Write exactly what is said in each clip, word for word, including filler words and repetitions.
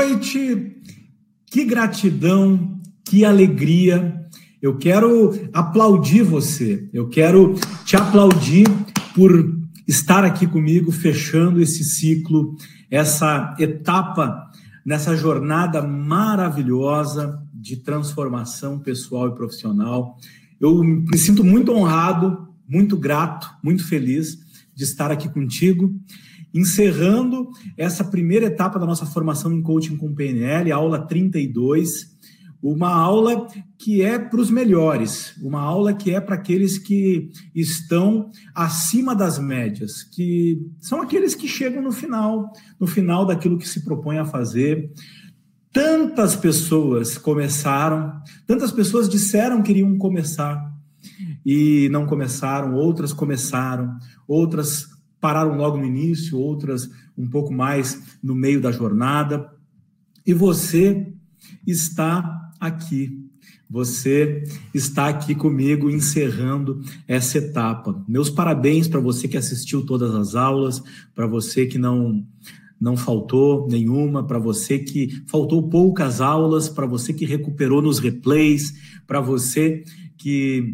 noite, que gratidão, que alegria. Eu quero aplaudir você, eu quero te aplaudir por estar aqui comigo, fechando esse ciclo, essa etapa, nessa jornada maravilhosa de transformação pessoal e profissional. Eu me sinto muito honrado, muito grato, muito feliz de estar aqui contigo, encerrando essa primeira etapa da nossa formação em coaching com P N L, aula trinta e dois, uma aula que é para os melhores, uma aula que é para aqueles que estão acima das médias, que são aqueles que chegam no final, no final daquilo que se propõe a fazer. Tantas pessoas começaram, tantas pessoas disseram que iriam começar e não começaram, outras começaram, outras pararam logo no início, outras um pouco mais no meio da jornada. E você está aqui, você está aqui comigo encerrando essa etapa. Meus parabéns para você que assistiu todas as aulas, para você que não, não faltou nenhuma, para você que faltou poucas aulas, para você que recuperou nos replays, para você que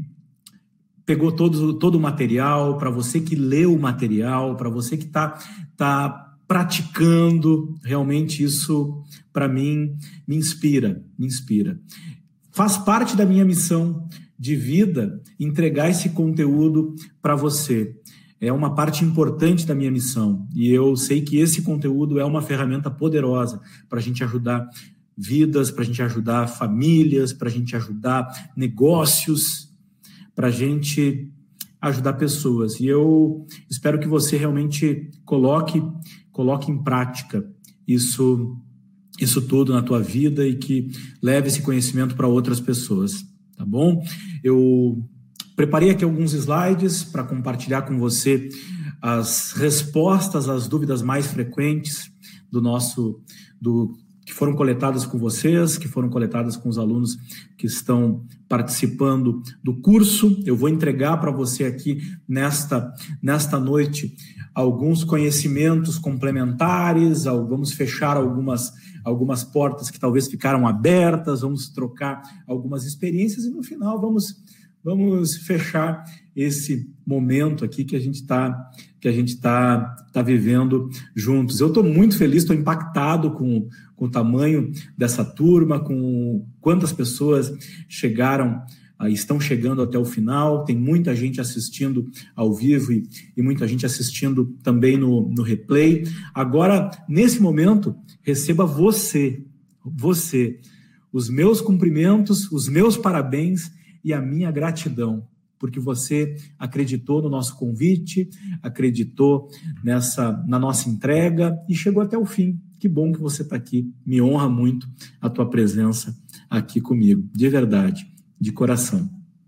pegou todo, todo o material, para você que leu o material, para você que está tá praticando. Realmente isso, para mim, me inspira, me inspira. Faz parte da minha missão de vida entregar esse conteúdo para você. É uma parte importante da minha missão. E eu sei que esse conteúdo é uma ferramenta poderosa para a gente ajudar vidas, para a gente ajudar famílias, para a gente ajudar negócios, para a gente ajudar pessoas. E eu espero que você realmente coloque, coloque em prática isso, isso tudo na tua vida e que leve esse conhecimento para outras pessoas, tá bom? Eu preparei aqui alguns slides para compartilhar com você as respostas às dúvidas mais frequentes do nosso, do, que foram coletadas com vocês, que foram coletadas com os alunos que estão participando do curso. Eu vou entregar para você aqui nesta, nesta noite alguns conhecimentos complementares, vamos fechar algumas, algumas portas que talvez ficaram abertas, vamos trocar algumas experiências e no final vamos, vamos fechar esse momento aqui que a gente está que a gente tá, tá vivendo juntos. Eu estou muito feliz, estou impactado com, com o tamanho dessa turma, com quantas pessoas chegaram, estão chegando até o final. Tem muita gente assistindo ao vivo e, e muita gente assistindo também no, no replay. Agora, nesse momento, receba você, você, os meus cumprimentos, os meus parabéns e a minha gratidão, porque você acreditou no nosso convite, acreditou nessa, na nossa entrega e chegou até o fim. Que bom que você está aqui. Me honra muito a tua presença aqui comigo, de verdade, de coração.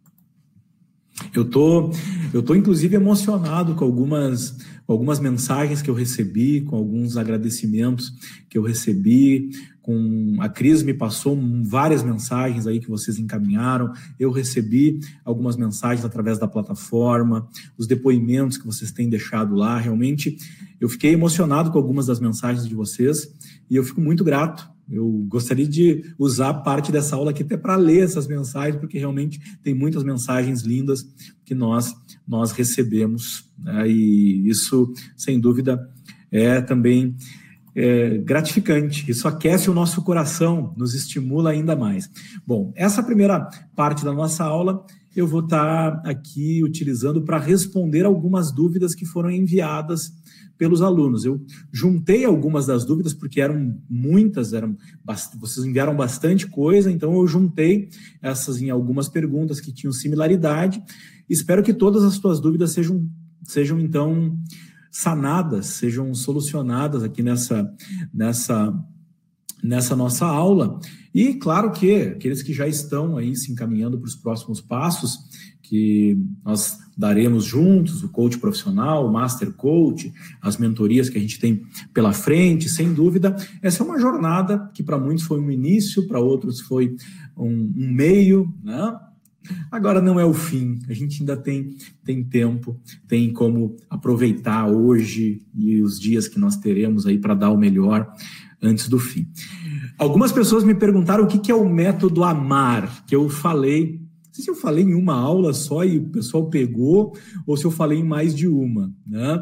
Eu tô, eu tô inclusive emocionado com algumas, algumas mensagens que eu recebi, com alguns agradecimentos que eu recebi. Com a Cris me passou várias mensagens aí que vocês encaminharam, eu recebi algumas mensagens através da plataforma, os depoimentos que vocês têm deixado lá. Realmente eu fiquei emocionado com algumas das mensagens de vocês e eu fico muito grato. Eu gostaria de usar parte dessa aula aqui até para ler essas mensagens, porque realmente tem muitas mensagens lindas que nós, nós recebemos, né? E isso, sem dúvida, é também é, gratificante. Isso aquece o nosso coração, nos estimula ainda mais. Bom, essa primeira parte da nossa aula eu vou estar aqui utilizando para responder algumas dúvidas que foram enviadas pelos alunos. Eu juntei algumas das dúvidas, porque eram muitas, eram, vocês enviaram bastante coisa, então eu juntei essas em algumas perguntas que tinham similaridade. Espero que todas as suas dúvidas sejam, sejam então, sanadas, sejam solucionadas aqui nessa, nessa, nessa nossa aula. E, claro que aqueles que já estão aí se encaminhando para os próximos passos, que nós daremos juntos, o coach profissional, o master coach, as mentorias que a gente tem pela frente, sem dúvida, essa é uma jornada que para muitos foi um início, para outros foi um, um meio, né? Agora não é o fim, a gente ainda tem, tem tempo, tem como aproveitar hoje e os dias que nós teremos aí para dar o melhor antes do fim. Algumas pessoas me perguntaram o que é o método AMAR, que eu falei. Não sei se eu falei em uma aula só e o pessoal pegou, ou se eu falei em mais de uma, né?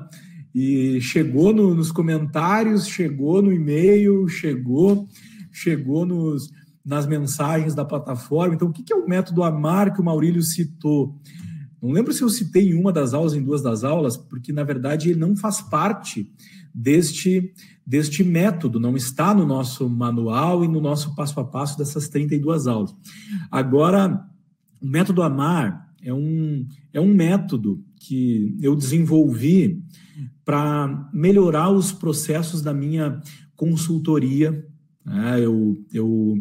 E chegou no, nos comentários, chegou no e-mail, chegou, chegou nos, nas mensagens da plataforma. Então, o que é o método AMAR que o Maurílio citou? Não lembro se eu citei em uma das aulas, em duas das aulas, porque, na verdade, ele não faz parte deste, deste método, não está no nosso manual e no nosso passo a passo dessas trinta e duas aulas. Agora, o método AMAR é um, é um método que eu desenvolvi para melhorar os processos da minha consultoria. Né? Eu, eu,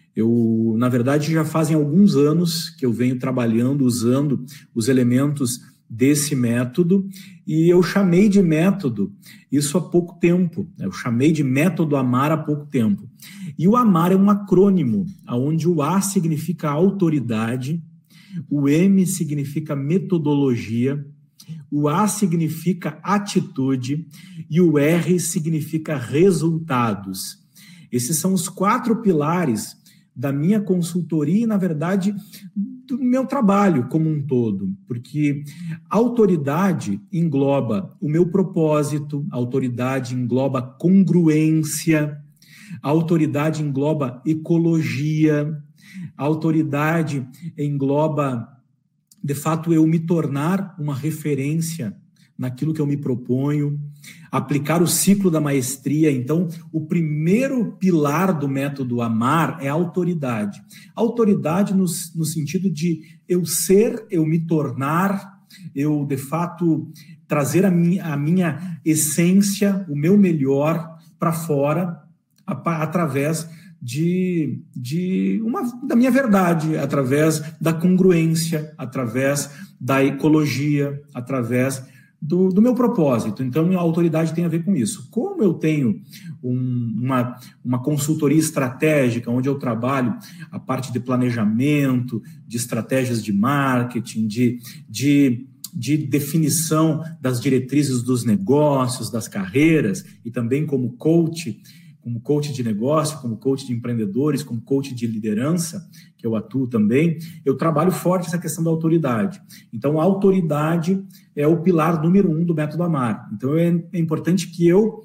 eu, na verdade, já fazem alguns anos que eu venho trabalhando, usando os elementos desse método, e eu chamei de método isso há pouco tempo. Eu chamei de método AMAR há pouco tempo. E o AMAR é um acrônimo, onde o A significa autoridade, o M significa metodologia, o A significa atitude e o R significa resultados. Esses são os quatro pilares da minha consultoria e, na verdade, do meu trabalho como um todo, porque autoridade engloba o meu propósito, autoridade engloba congruência, autoridade engloba ecologia, autoridade engloba, de fato, eu me tornar uma referência naquilo que eu me proponho, aplicar o ciclo da maestria. Então, o primeiro pilar do método AMAR é a autoridade. Autoridade no, no sentido de eu ser, eu me tornar, eu, de fato, trazer a minha, a minha essência, o meu melhor para fora, a, através de, de uma, da minha verdade, através da congruência, através da ecologia, através Do, do meu propósito. Então, a autoridade tem a ver com isso. Como eu tenho um, uma, uma consultoria estratégica, onde eu trabalho a parte de planejamento, de estratégias de marketing, de, de, de definição das diretrizes dos negócios, das carreiras, e também como coach, como coach de negócio, como coach de empreendedores, como coach de liderança, que eu atuo também, eu trabalho forte essa questão da autoridade. Então, a autoridade é o pilar número um do método AMAR. Então, é, é importante que eu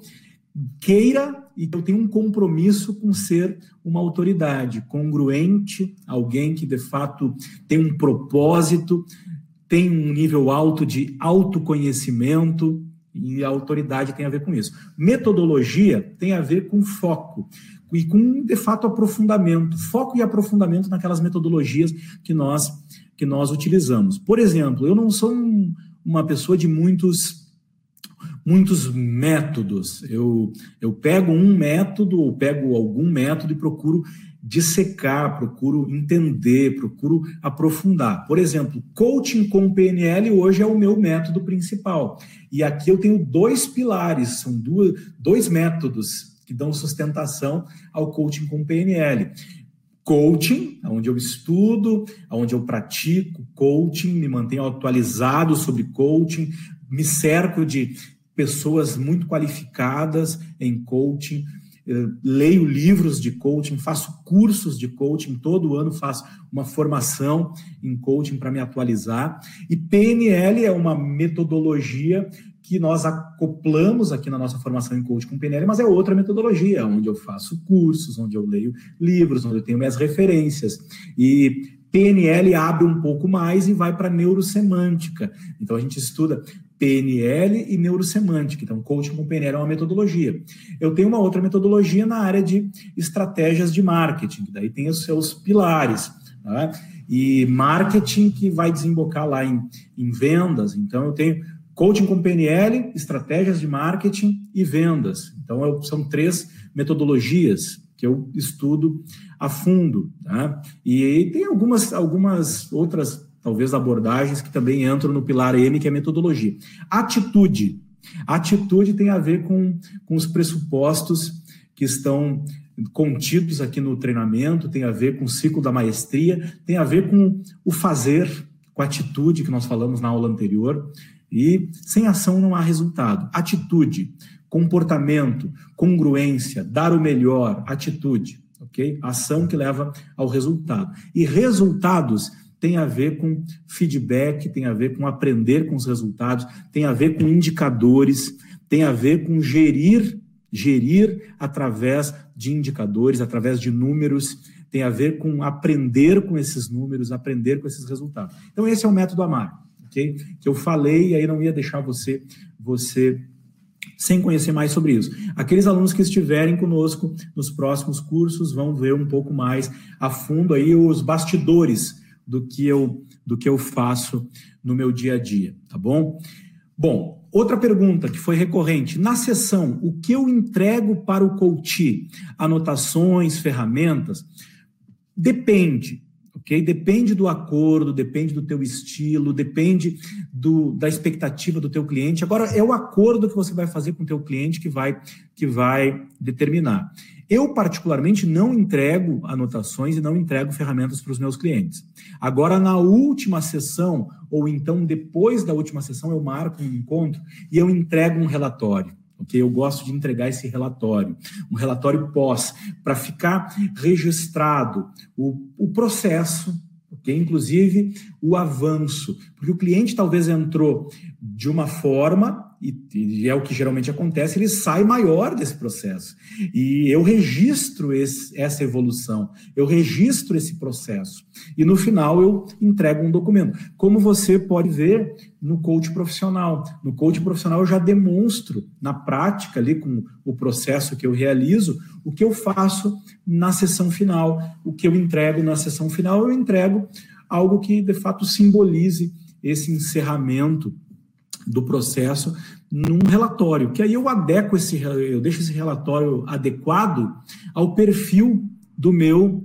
queira e que eu tenha um compromisso com ser uma autoridade congruente, alguém que, de fato, tem um propósito, tem um nível alto de autoconhecimento, e a autoridade tem a ver com isso. Metodologia tem a ver com foco e com, de fato, aprofundamento. Foco e aprofundamento naquelas metodologias que nós, que nós utilizamos. Por exemplo, eu não sou um, uma pessoa de muitos, muitos métodos. Eu, eu pego um método ou pego algum método e procuro dissecar, procuro entender, procuro aprofundar. Por exemplo, coaching com P N L hoje é o meu método principal. E aqui eu tenho dois pilares, são duas, dois métodos que dão sustentação ao coaching com P N L. Coaching, onde eu estudo, onde eu pratico coaching, me mantenho atualizado sobre coaching, me cerco de pessoas muito qualificadas em coaching, leio livros de coaching, faço cursos de coaching, todo ano faço uma formação em coaching para me atualizar. E P N L é uma metodologia que nós acoplamos aqui na nossa formação em coaching com P N L, mas é outra metodologia, onde eu faço cursos, onde eu leio livros, onde eu tenho minhas referências. E P N L abre um pouco mais e vai para a neurosemântica. Então, a gente estuda P N L e neurosemântica. Então, coaching com P N L é uma metodologia. Eu tenho uma outra metodologia na área de estratégias de marketing, que daí tem os seus pilares, né? E marketing que vai desembocar lá em, em vendas. Então, eu tenho coaching com P N L, estratégias de marketing e vendas. Então, eu, são três metodologias que eu estudo a fundo, tá? E tem algumas, algumas outras, talvez, abordagens que também entram no pilar M, que é metodologia. Atitude. Atitude tem a ver com, com os pressupostos que estão contidos aqui no treinamento, tem a ver com o ciclo da maestria, tem a ver com o fazer, com a atitude que nós falamos na aula anterior, e sem ação não há resultado. Atitude, comportamento, congruência, dar o melhor, atitude, ok? ok? Ação que leva ao resultado. E resultados tem a ver com feedback, tem a ver com aprender com os resultados, tem a ver com indicadores, tem a ver com gerir, gerir através de indicadores, através de números, tem a ver com aprender com esses números, aprender com esses resultados. Então, esse é o método AMAR, ok? Que eu falei e aí não ia deixar você, você sem conhecer mais sobre isso. Aqueles alunos que estiverem conosco nos próximos cursos vão ver um pouco mais a fundo aí os bastidores do que eu, do que eu faço no meu dia a dia, tá bom? Bom, outra pergunta que foi recorrente. Na sessão, o que eu entrego para o coach? Anotações, ferramentas? Depende, ok? Depende do acordo, depende do teu estilo, depende do, da expectativa do teu cliente. Agora, é o acordo que você vai fazer com o teu cliente que vai, que vai determinar. Eu, particularmente, não entrego anotações e não entrego ferramentas para os meus clientes. Agora, na última sessão, ou então depois da última sessão, eu marco um encontro e eu entrego um relatório. Okay? Eu gosto de entregar esse relatório, um relatório pós, para ficar registrado o, o processo, okay? Inclusive o avanço, porque o cliente talvez entrou de uma forma, e, e é o que geralmente acontece, ele sai maior desse processo. E eu registro esse, essa evolução, eu registro esse processo. E no final eu entrego um documento. Como você pode ver no coach profissional. No coach profissional eu já demonstro na prática, ali com o processo que eu realizo, o que eu faço na sessão final. O que eu entrego na sessão final, eu entrego algo que de fato simbolize esse encerramento do processo num relatório, que aí eu adequo esse, eu deixo esse relatório adequado ao perfil do meu,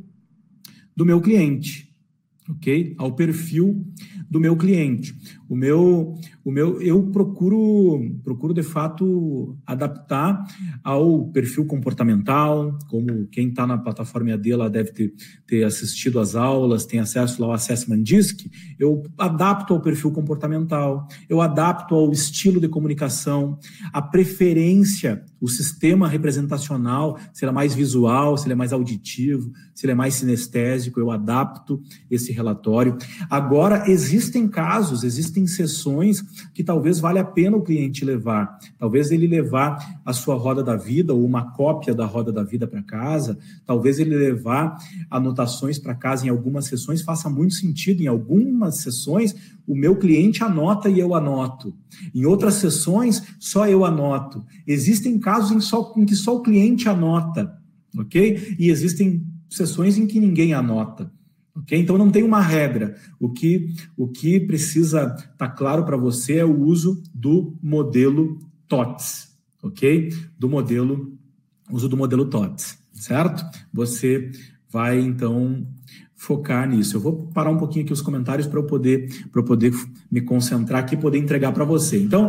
do meu cliente, ok? Ao perfil do meu cliente. O meu, o meu, eu procuro, procuro de fato adaptar ao perfil comportamental, como quem está na plataforma E A D lá deve ter, ter assistido às aulas, tem acesso lá ao Assessment Disc, eu adapto ao perfil comportamental, eu adapto ao estilo de comunicação, a preferência, o sistema representacional, se ele é mais visual, se ele é mais auditivo, se ele é mais sinestésico, eu adapto esse relatório. Agora, existem casos, existem sessões que talvez valha a pena o cliente levar. Talvez ele levar a sua roda da vida ou uma cópia da roda da vida para casa, talvez ele levar anotações para casa em algumas sessões, faça muito sentido. Em algumas sessões, o meu cliente anota e eu anoto. Em outras sessões, só eu anoto. Existem casos em, só, em que só o cliente anota, ok? E existem sessões em que ninguém anota. Okay? Então, não tem uma regra. O que, o que precisa estar claro para você é o uso do modelo T O T S, ok? Do modelo, uso do modelo T O T S, certo? Você vai, então, focar nisso. Eu vou parar um pouquinho aqui os comentários para eu poder, para eu poder me concentrar aqui e poder entregar para você. Então,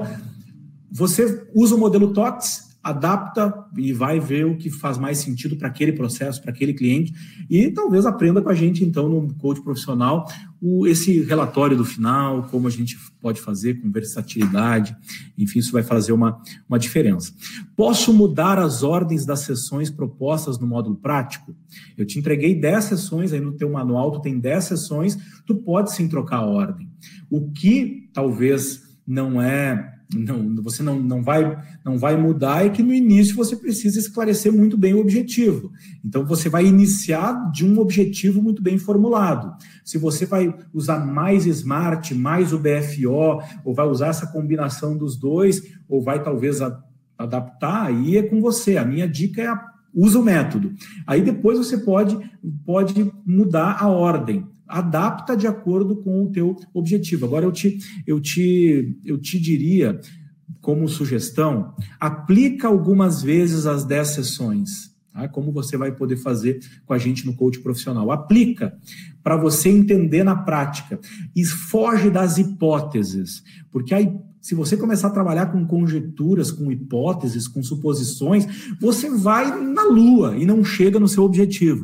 você usa o modelo T O T S, adapta e vai ver o que faz mais sentido para aquele processo, para aquele cliente, e talvez aprenda com a gente, então, no coach profissional, o, esse relatório do final, como a gente pode fazer com versatilidade, enfim, isso vai fazer uma, uma diferença. Posso mudar as ordens das sessões propostas no módulo prático? Eu te entreguei dez sessões, aí no teu manual tu tem dez sessões, tu pode sim trocar a ordem. O que talvez não é... Não, você não, não, vai, não vai mudar é que no início você precisa esclarecer muito bem o objetivo. Então, você vai iniciar de um objetivo muito bem formulado. Se você vai usar mais SMART, mais o B F O, ou vai usar essa combinação dos dois, ou vai talvez a, adaptar, aí é com você. A minha dica é a, usa o método. Aí depois você pode, pode mudar a ordem. Adapta de acordo com o teu objetivo. Agora, eu te, eu te, eu te diria, como sugestão, aplica algumas vezes as dez sessões, tá? Como você vai poder fazer com a gente no coach profissional. Aplica para você entender na prática e foge das hipóteses, porque aí, se você começar a trabalhar com conjecturas, com hipóteses, com suposições, você vai na lua e não chega no seu objetivo.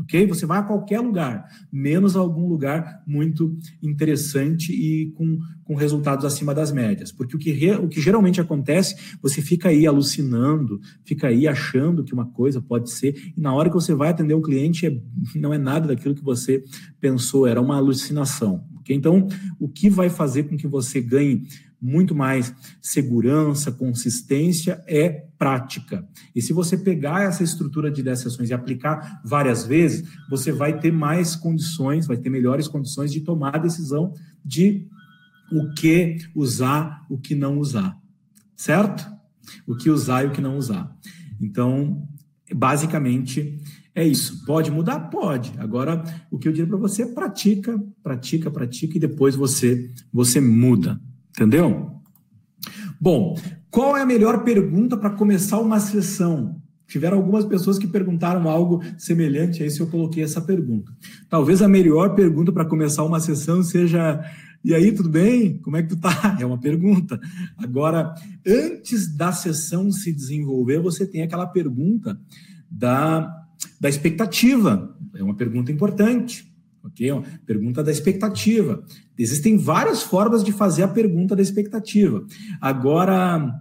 ok? Você vai a qualquer lugar, menos a algum lugar muito interessante e com, com resultados acima das médias. Porque o que, re, o que geralmente acontece, você fica aí alucinando, fica aí achando que uma coisa pode ser, e na hora que você vai atender um cliente, é, não é nada daquilo que você pensou, era uma alucinação. Okay? Então, o que vai fazer com que você ganhe muito mais segurança, consistência, é prática. E se você pegar essa estrutura de dez sessões e aplicar várias vezes, você vai ter mais condições, vai ter melhores condições de tomar a decisão de o que usar, o que não usar. Certo? O que usar e o que não usar. Então, basicamente, é isso. Pode mudar? Pode. Agora, o que eu digo para você é pratica, pratica, pratica e depois você, você muda. Entendeu? Bom, qual é a melhor pergunta para começar uma sessão? Tiveram algumas pessoas que perguntaram algo semelhante a isso, eu coloquei essa pergunta. Talvez a melhor pergunta para começar uma sessão seja: e aí, tudo bem? Como é que tu tá? É uma pergunta. Agora, antes da sessão se desenvolver, você tem aquela pergunta da, da expectativa. É uma pergunta importante. Ok? Uma pergunta da expectativa. Existem várias formas de fazer a pergunta da expectativa. Agora,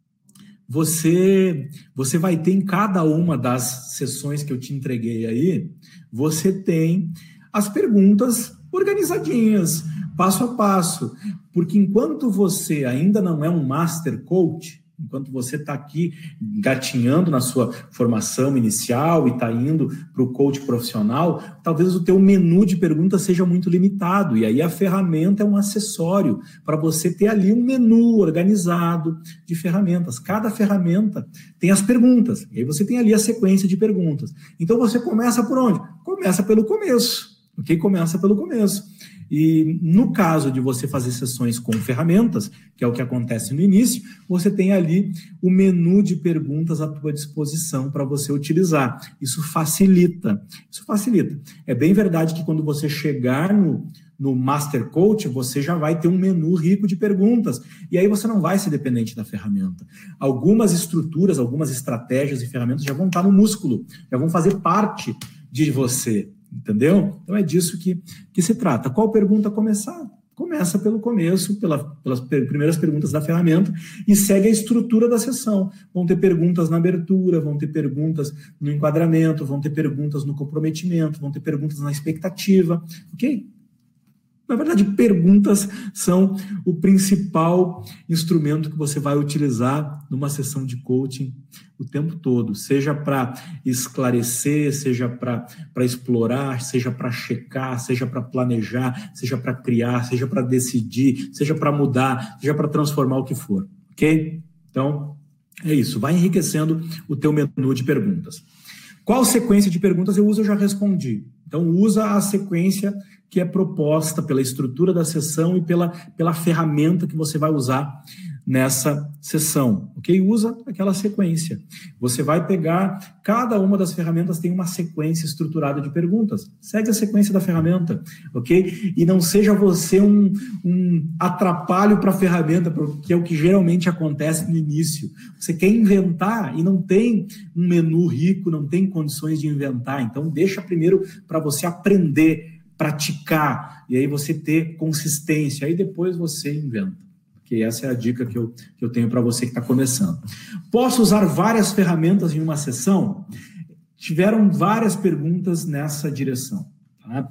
você, você vai ter em cada uma das sessões que eu te entreguei aí, você tem as perguntas organizadinhas, passo a passo. Porque enquanto você ainda não é um Master Coach, enquanto você está aqui gatinhando na sua formação inicial e está indo para o coach profissional, talvez o teu menu de perguntas seja muito limitado, e aí a ferramenta é um acessório para você ter ali um menu organizado de ferramentas. Cada ferramenta tem as perguntas, e aí você tem ali a sequência de perguntas. Então você começa por onde? Começa pelo começo, ok? Começa pelo começo. E no caso de você fazer sessões com ferramentas, que é o que acontece no início, você tem ali o menu de perguntas à tua disposição para você utilizar. Isso facilita. Isso facilita. É bem verdade que quando você chegar no, no Master Coach, você já vai ter um menu rico de perguntas. E aí você não vai ser dependente da ferramenta. Algumas estruturas, algumas estratégias e ferramentas já vão estar no músculo, já vão fazer parte de você. Entendeu? Então é disso que, que se trata. Qual pergunta começar? Começa pelo começo, pela, pelas primeiras perguntas da ferramenta e segue a estrutura da sessão. Vão ter perguntas na abertura, vão ter perguntas no enquadramento, vão ter perguntas no comprometimento, vão ter perguntas na expectativa, ok? Na verdade, perguntas são o principal instrumento que você vai utilizar numa sessão de coaching o tempo todo, seja para esclarecer, seja para explorar, seja para checar, seja para planejar, seja para criar, seja para decidir, seja para mudar, seja para transformar o que for, ok? Então, é isso, vai enriquecendo o teu menu de perguntas. Qual sequência de perguntas eu uso? Eu já respondi. Então, usa a sequência que é proposta pela estrutura da sessão e pela, pela ferramenta que você vai usar nessa sessão, ok? Usa aquela sequência. Você vai pegar, cada uma das ferramentas tem uma sequência estruturada de perguntas. Segue a sequência da ferramenta, ok? E não seja você um, um atrapalho para a ferramenta, porque é o que geralmente acontece no início. Você quer inventar e não tem um menu rico, não tem condições de inventar. Então, deixa primeiro para você aprender, praticar, e aí você ter consistência. Aí depois você inventa. Que essa é a dica que eu, que eu tenho para você que está começando. Posso usar várias ferramentas em uma sessão? Tiveram várias perguntas nessa direção. Tá?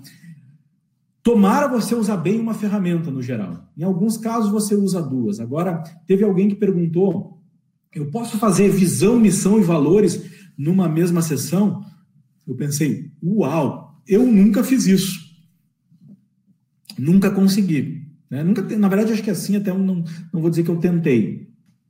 Tomara você usar bem uma ferramenta no geral. Em alguns casos você usa duas. Agora, teve alguém que perguntou, eu posso fazer visão, missão e valores numa mesma sessão? Eu pensei, uau, eu nunca fiz isso. Nunca consegui. Né? Nunca, na verdade, acho que assim até eu não, não vou dizer que eu tentei.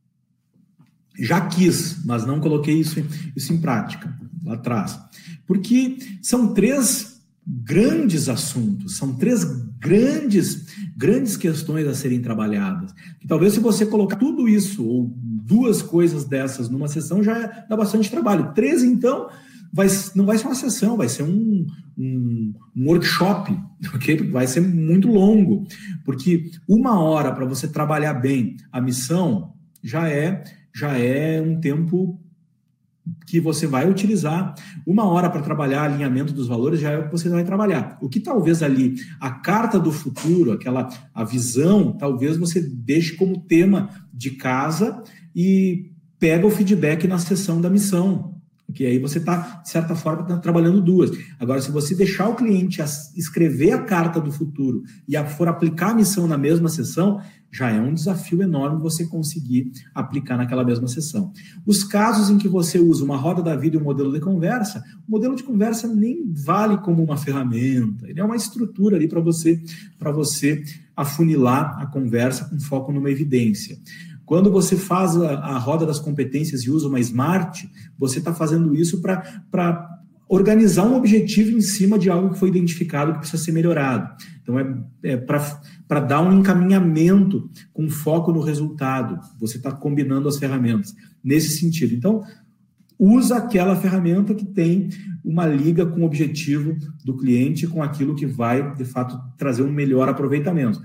Já quis, mas não coloquei isso, isso em prática lá atrás. Porque são três grandes assuntos, são três grandes, grandes questões a serem trabalhadas. E talvez se você colocar tudo isso, ou duas coisas dessas numa sessão, já dá bastante trabalho. Três, então, vai, não vai ser uma sessão, vai ser um, um, um workshop, ok? Vai ser muito longo, porque uma hora para você trabalhar bem a missão já é, já é um tempo que você vai utilizar. Uma hora para trabalhar alinhamento dos valores já é o que você vai trabalhar. O que talvez ali, a carta do futuro, aquela, a visão, talvez você deixe como tema de casa e pega o feedback na sessão da missão, porque aí você está, de certa forma, tá trabalhando duas. Agora, se você deixar o cliente escrever a carta do futuro e for aplicar a missão na mesma sessão, já é um desafio enorme você conseguir aplicar naquela mesma sessão. Os casos em que você usa uma roda da vida e um modelo de conversa, o modelo de conversa nem vale como uma ferramenta, ele é uma estrutura ali para você, para você afunilar a conversa com foco numa evidência. Quando você faz a, a roda das competências e usa uma SMART, você está fazendo isso para organizar um objetivo em cima de algo que foi identificado que precisa ser melhorado. Então, é, é para dar um encaminhamento com foco no resultado. Você está combinando as ferramentas nesse sentido. Então, usa aquela ferramenta que tem uma liga com o objetivo do cliente, com aquilo que vai, de fato, trazer um melhor aproveitamento.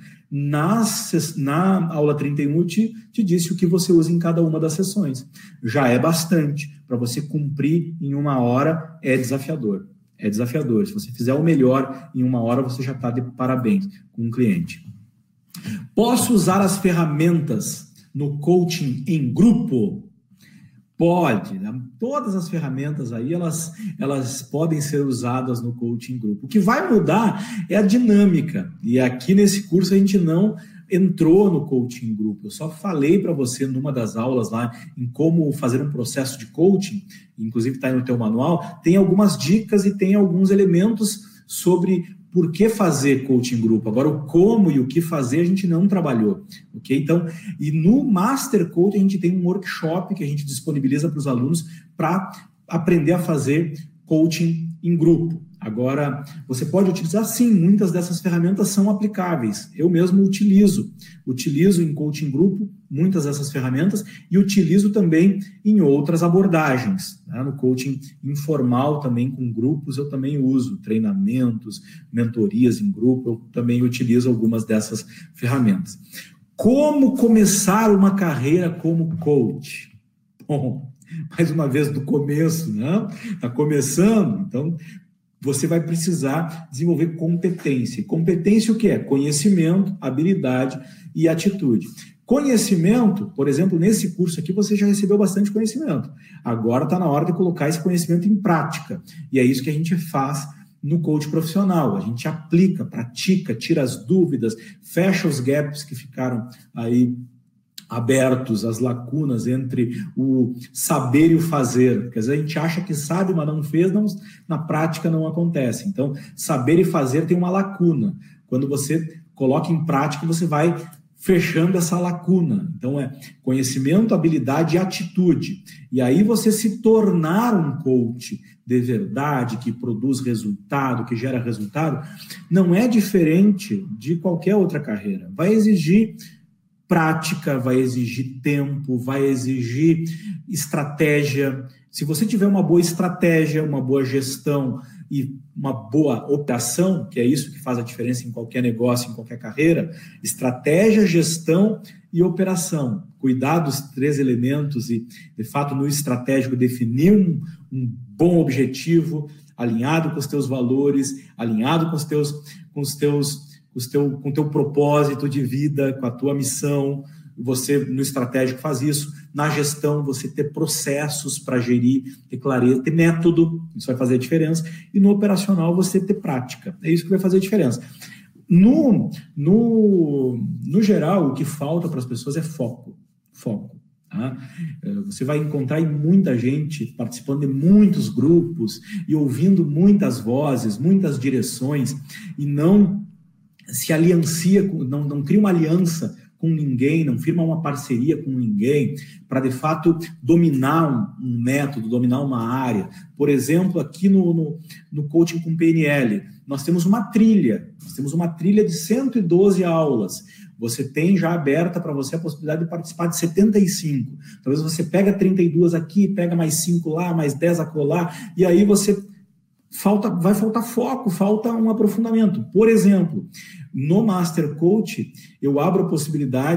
Nas, na aula trinta e um, eu te, te disse o que você usa em cada uma das sessões. Já é bastante. Para você cumprir em uma hora, é desafiador. É desafiador. Se você fizer o melhor em uma hora, você já está de parabéns com o cliente. Posso usar as ferramentas no coaching em grupo? Pode. Todas as ferramentas aí, elas, elas podem ser usadas no coaching em grupo. O que vai mudar é a dinâmica. E aqui nesse curso a gente não entrou no coaching em grupo. Eu só falei para você numa das aulas lá em como fazer um processo de coaching, inclusive está aí no teu manual, tem algumas dicas e tem alguns elementos sobre por que fazer coaching em grupo. Agora, o como e o que fazer a gente não trabalhou, ok? Então, e no Master Coach a gente tem um workshop que a gente disponibiliza para os alunos para aprender a fazer coaching em grupo. Agora, você pode utilizar, sim, muitas dessas ferramentas são aplicáveis. Eu mesmo utilizo. Utilizo em coaching em grupo muitas dessas ferramentas e utilizo também em outras abordagens. Né? No coaching informal também, com grupos, eu também uso treinamentos, mentorias em grupo, eu também utilizo algumas dessas ferramentas. Como começar uma carreira como coach? Bom, mais uma vez do começo, né? Está começando, então você vai precisar desenvolver competência. Competência o que é? Conhecimento, habilidade e atitude. Conhecimento, por exemplo, nesse curso aqui você já recebeu bastante conhecimento. Agora está na hora de colocar esse conhecimento em prática. E é isso que a gente faz no coach profissional. A gente aplica, pratica, tira as dúvidas, fecha os gaps que ficaram aí abertos, as lacunas entre o saber e o fazer. Quer dizer, a gente acha que sabe, mas não fez, não, na prática não acontece. Então, saber e fazer tem uma lacuna. Quando você coloca em prática, você vai fechando essa lacuna. Então, é conhecimento, habilidade e atitude. E aí você se tornar um coach de verdade, que produz resultado, que gera resultado, não é diferente de qualquer outra carreira. Vai exigir prática, vai exigir tempo, vai exigir estratégia. Se você tiver uma boa estratégia, uma boa gestão e uma boa operação, que é isso que faz a diferença em qualquer negócio, em qualquer carreira, estratégia, gestão e operação. Cuidar dos três elementos e, de fato, no estratégico, definir um, um bom objetivo, alinhado com os teus valores, alinhado com os teus, com os teus com o teu propósito de vida, com a tua missão. Você, no estratégico, faz isso. Na gestão, você ter processos para gerir, ter clareza, ter método, isso vai fazer a diferença. E no operacional, você ter prática. É isso que vai fazer a diferença. No, no, no geral, o que falta para as pessoas é foco. Foco. Tá? Você vai encontrar muita gente participando de muitos grupos e ouvindo muitas vozes, muitas direções, e não se aliancia, não, não cria uma aliança com ninguém, não firma uma parceria com ninguém para, de fato, dominar um, um método, dominar uma área. Por exemplo, aqui no, no, no coaching com P N L, nós temos uma trilha, nós temos uma trilha de cento e doze aulas. Você tem já aberta para você a possibilidade de participar de setenta e cinco. Talvez você pega trinta e duas aqui, pega mais cinco lá, mais dez acolá, e aí você falta, vai faltar foco, falta um aprofundamento. Por exemplo, no Master Coach, eu abro a possibilidade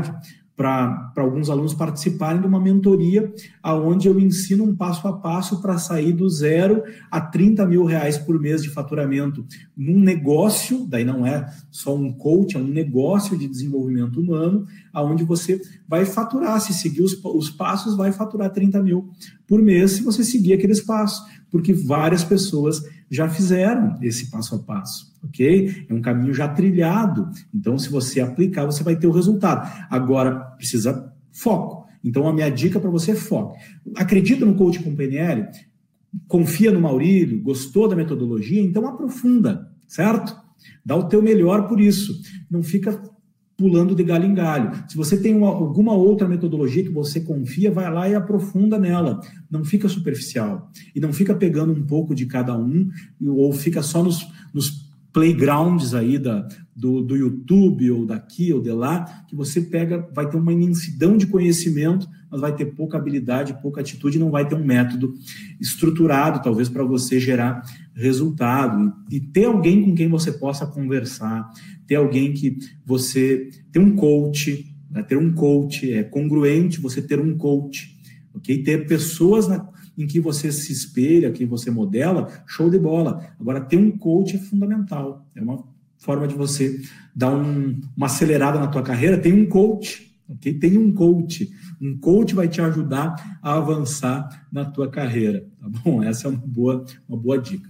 para alguns alunos participarem de uma mentoria onde eu ensino um passo a passo para sair do zero a trinta mil reais por mês de faturamento num negócio, daí não é só um coach, é um negócio de desenvolvimento humano, onde você vai faturar, se seguir os, os passos, vai faturar trinta mil por mês se você seguir aqueles passos, porque várias pessoas já fizeram esse passo a passo, ok? É um caminho já trilhado, então se você aplicar, você vai ter o resultado. Agora, precisa foco. Então, a minha dica para você é foco. Acredita no coaching com P N L? Confia no Maurílio? Gostou da metodologia? Então, aprofunda, certo? Dá o teu melhor por isso. Não fica pulando de galho em galho. Se você tem uma, alguma outra metodologia que você confia, vai lá e aprofunda nela. Não fica superficial. E não fica pegando um pouco de cada um, ou fica só nos, nos playgrounds aí da, do, do YouTube, ou daqui, ou de lá, que você pega, vai ter uma imensidão de conhecimento, mas vai ter pouca habilidade, pouca atitude, não vai ter um método estruturado, talvez, para você gerar resultado. E, e ter alguém com quem você possa conversar, ter alguém que você... ter um coach, né? Ter um coach, é congruente você ter um coach, ok? Ter pessoas na, em que você se espelha, que você modela, show de bola. Agora, ter um coach é fundamental, é uma forma de você dar um, uma acelerada na tua carreira. Tem um coach, ok? Tem um coach. Um coach vai te ajudar a avançar na tua carreira, tá bom? Essa é uma boa, uma boa dica.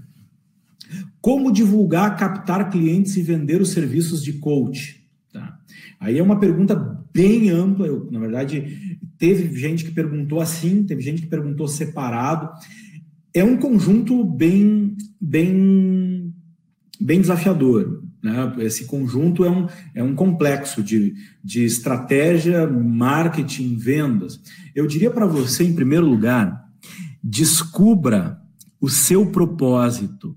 Como divulgar, captar clientes e vender os serviços de coach? Tá? Aí é uma pergunta bem ampla. Eu, na verdade, teve gente que perguntou assim, teve gente que perguntou separado. É um conjunto bem, bem, bem desafiador, né? Esse conjunto é um, é um complexo de, de estratégia, marketing, vendas. Eu diria para você, em primeiro lugar, descubra o seu propósito.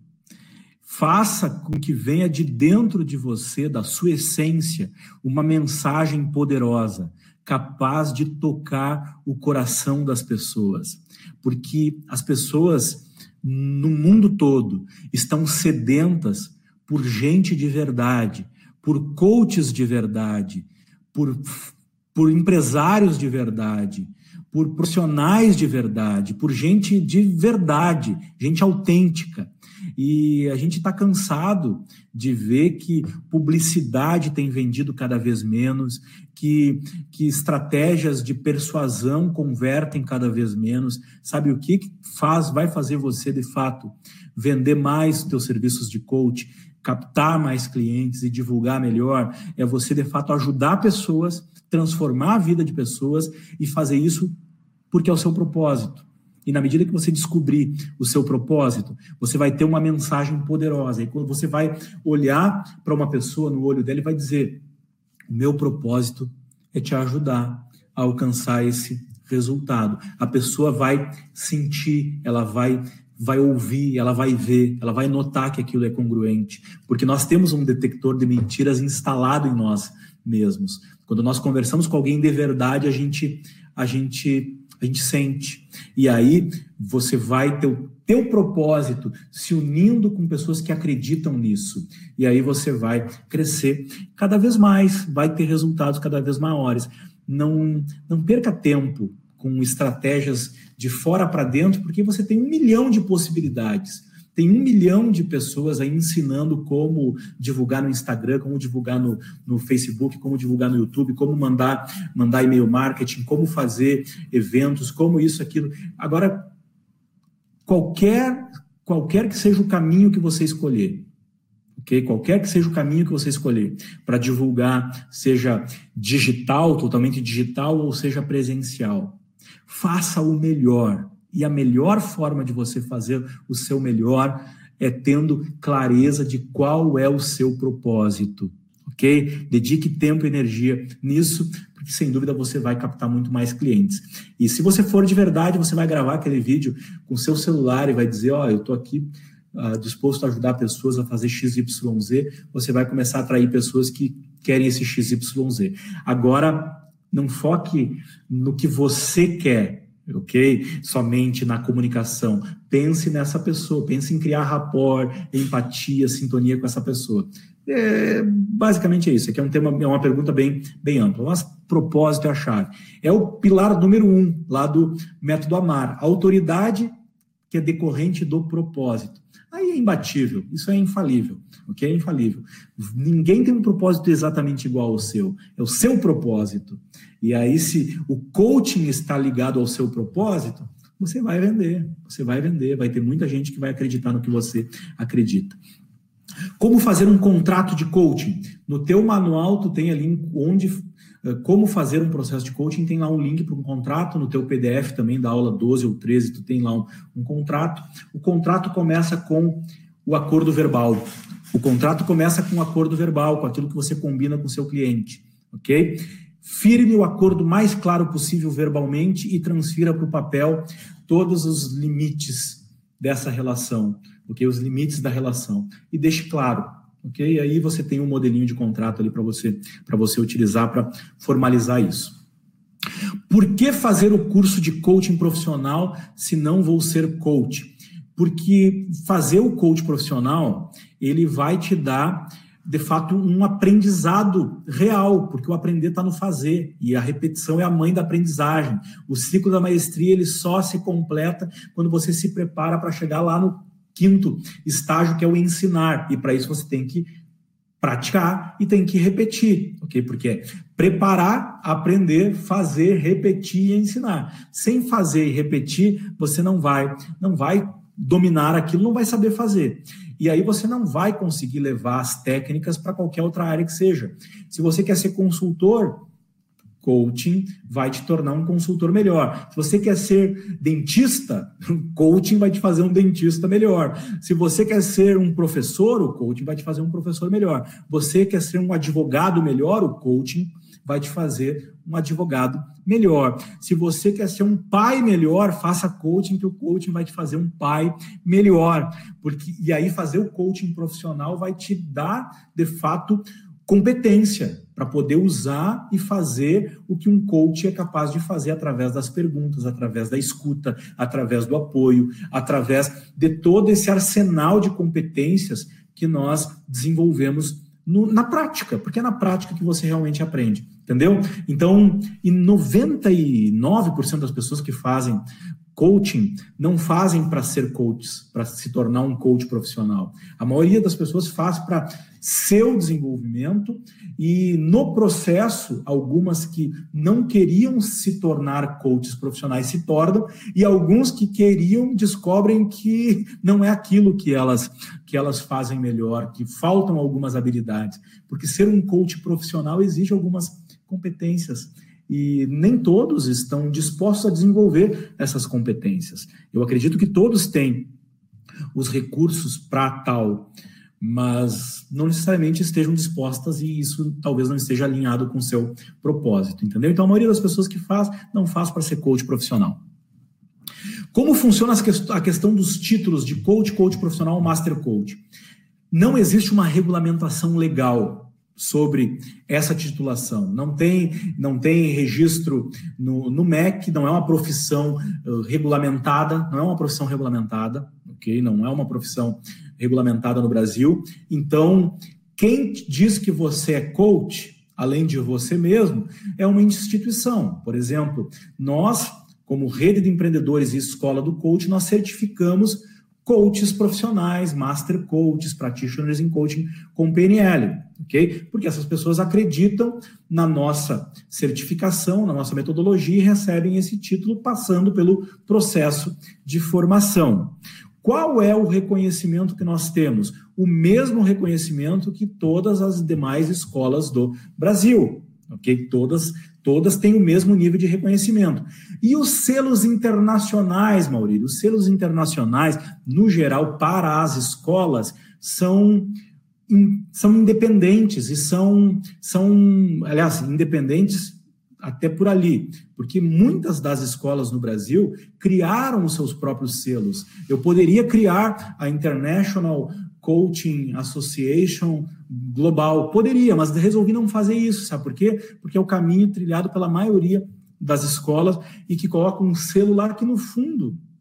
Faça com que venha de dentro de você, da sua essência, uma mensagem poderosa, capaz de tocar o coração das pessoas. Porque as pessoas no mundo todo estão sedentas por gente de verdade, por coaches de verdade, por, por empresários de verdade, por profissionais de verdade, por gente de verdade, gente autêntica. E a gente está cansado de ver que publicidade tem vendido cada vez menos, que, que estratégias de persuasão convertem cada vez menos. Sabe o que faz, vai fazer você, de fato, vender mais os teus serviços de coach, captar mais clientes e divulgar melhor? É você, de fato, ajudar pessoas, transformar a vida de pessoas e fazer isso porque é o seu propósito. E na medida que você descobrir o seu propósito, você vai ter uma mensagem poderosa. E quando você vai olhar para uma pessoa no olho dela e vai dizer: o meu propósito é te ajudar a alcançar esse resultado. A pessoa vai sentir, ela vai, vai ouvir, ela vai ver, ela vai notar que aquilo é congruente. Porque nós temos um detector de mentiras instalado em nós mesmos. Quando nós conversamos com alguém de verdade, a gente... A gente A gente sente. E aí você vai ter o teu propósito se unindo com pessoas que acreditam nisso. E aí você vai crescer cada vez mais, vai ter resultados cada vez maiores. Não, não perca tempo com estratégias de fora para dentro, porque você tem um milhão de possibilidades. Tem um milhão de pessoas aí ensinando como divulgar no Instagram, como divulgar no, no Facebook, como divulgar no YouTube, como mandar, mandar e-mail marketing, como fazer eventos, como isso, aquilo. Agora, qualquer, qualquer que seja o caminho que você escolher, ok? Qualquer que seja o caminho que você escolher para divulgar, seja digital, totalmente digital, ou seja presencial, faça o melhor. E a melhor forma de você fazer o seu melhor é tendo clareza de qual é o seu propósito, ok? Dedique tempo e energia nisso, porque sem dúvida você vai captar muito mais clientes. E se você for de verdade, você vai gravar aquele vídeo com o seu celular e vai dizer: ó, oh, eu estou aqui uh, disposto a ajudar pessoas a fazer X Y Z, você vai começar a atrair pessoas que querem esse X Y Z. Agora, não foque no que você quer, ok? Somente na comunicação. Pense nessa pessoa, pense em criar rapport, empatia, sintonia com essa pessoa. É, basicamente é isso. Aqui é um tema, é uma pergunta bem, bem ampla. Mas propósito é a chave. É o pilar número um lá do método AMAR. A autoridade que é decorrente do propósito. Aí é imbatível, isso é infalível, ok? É infalível. Ninguém tem um propósito exatamente igual ao seu, é o seu propósito. E aí, se o coaching está ligado ao seu propósito, você vai vender, você vai vender, vai ter muita gente que vai acreditar no que você acredita. Como fazer um contrato de coaching? No teu manual, tu tem ali onde... Como fazer um processo de coaching, tem lá um link para um contrato, no teu P D F também da aula doze ou treze, tu tem lá um, um contrato. O contrato começa com o acordo verbal. O contrato começa com o acordo verbal, com aquilo que você combina com o seu cliente, ok? Firme o acordo mais claro possível verbalmente e transfira para o papel todos os limites dessa relação, ok? Os limites da relação. E deixe claro, ok? Aí você tem um modelinho de contrato ali para você, para você utilizar para formalizar isso. Por que fazer o curso de coaching profissional se não vou ser coach? Porque fazer o coach profissional, ele vai te dar, de fato, um aprendizado real, porque o aprender está no fazer, e a repetição é a mãe da aprendizagem. O ciclo da maestria, ele só se completa quando você se prepara para chegar lá no quinto estágio, que é o ensinar, e para isso você tem que praticar e tem que repetir, ok? Porque é preparar, aprender, fazer, repetir e ensinar. Sem fazer e repetir, você não vai, não vai dominar aquilo, não vai saber fazer. E aí você não vai conseguir levar as técnicas para qualquer outra área que seja. Se você quer ser consultor, coaching vai te tornar um consultor melhor. Se você quer ser dentista, coaching vai te fazer um dentista melhor. Se você quer ser um professor, o coaching vai te fazer um professor melhor. Você quer ser um advogado melhor, o coaching vai te fazer um advogado melhor. Se você quer ser um pai melhor, faça coaching, que o coaching vai te fazer um pai melhor. Porque, e aí fazer o coaching profissional vai te dar, de fato, competência para poder usar e fazer o que um coach é capaz de fazer através das perguntas, através da escuta, através do apoio, através de todo esse arsenal de competências que nós desenvolvemos no, na prática, porque é na prática que você realmente aprende, entendeu? Então, em noventa e nove por cento das pessoas que fazem coaching não fazem para ser coaches, para se tornar um coach profissional. A maioria das pessoas faz para seu desenvolvimento e, no processo, algumas que não queriam se tornar coaches profissionais se tornam e alguns que queriam descobrem que não é aquilo que elas, que elas fazem melhor, que faltam algumas habilidades. Porque ser um coach profissional exige algumas competências e nem todos estão dispostos a desenvolver essas competências. Eu acredito que todos têm os recursos para tal, mas não necessariamente estejam dispostas e isso talvez não esteja alinhado com o seu propósito, entendeu? Então, a maioria das pessoas que faz, não faz para ser coach profissional. Como funciona a questão dos títulos de coach, coach profissional, master coach? Não existe uma regulamentação legal sobre essa titulação. Não tem, não tem registro no, no M E C, não é uma profissão uh, regulamentada, não é uma profissão regulamentada, ok? Não é uma profissão regulamentada no Brasil. Então, quem diz que você é coach, além de você mesmo, é uma instituição. Por exemplo, nós, como Rede de Empreendedores e Escola do Coach, nós certificamos coaches profissionais, master coaches, practitioners in coaching com P N L, ok? Porque essas pessoas acreditam na nossa certificação, na nossa metodologia e recebem esse título passando pelo processo de formação. Qual é o reconhecimento que nós temos? O mesmo reconhecimento que todas as demais escolas do Brasil, ok? Todas, todas têm o mesmo nível de reconhecimento. E os selos internacionais, Maurílio, os selos internacionais, no geral, para as escolas, são, são independentes e são, são, aliás, independentes até por ali, porque muitas das escolas no Brasil criaram os seus próprios selos. Eu poderia criar a International Coaching Association Global, poderia, mas resolvi não fazer isso, sabe por quê? Porque é o caminho trilhado pela maioria das escolas e que coloca um selo lá que, no fundo,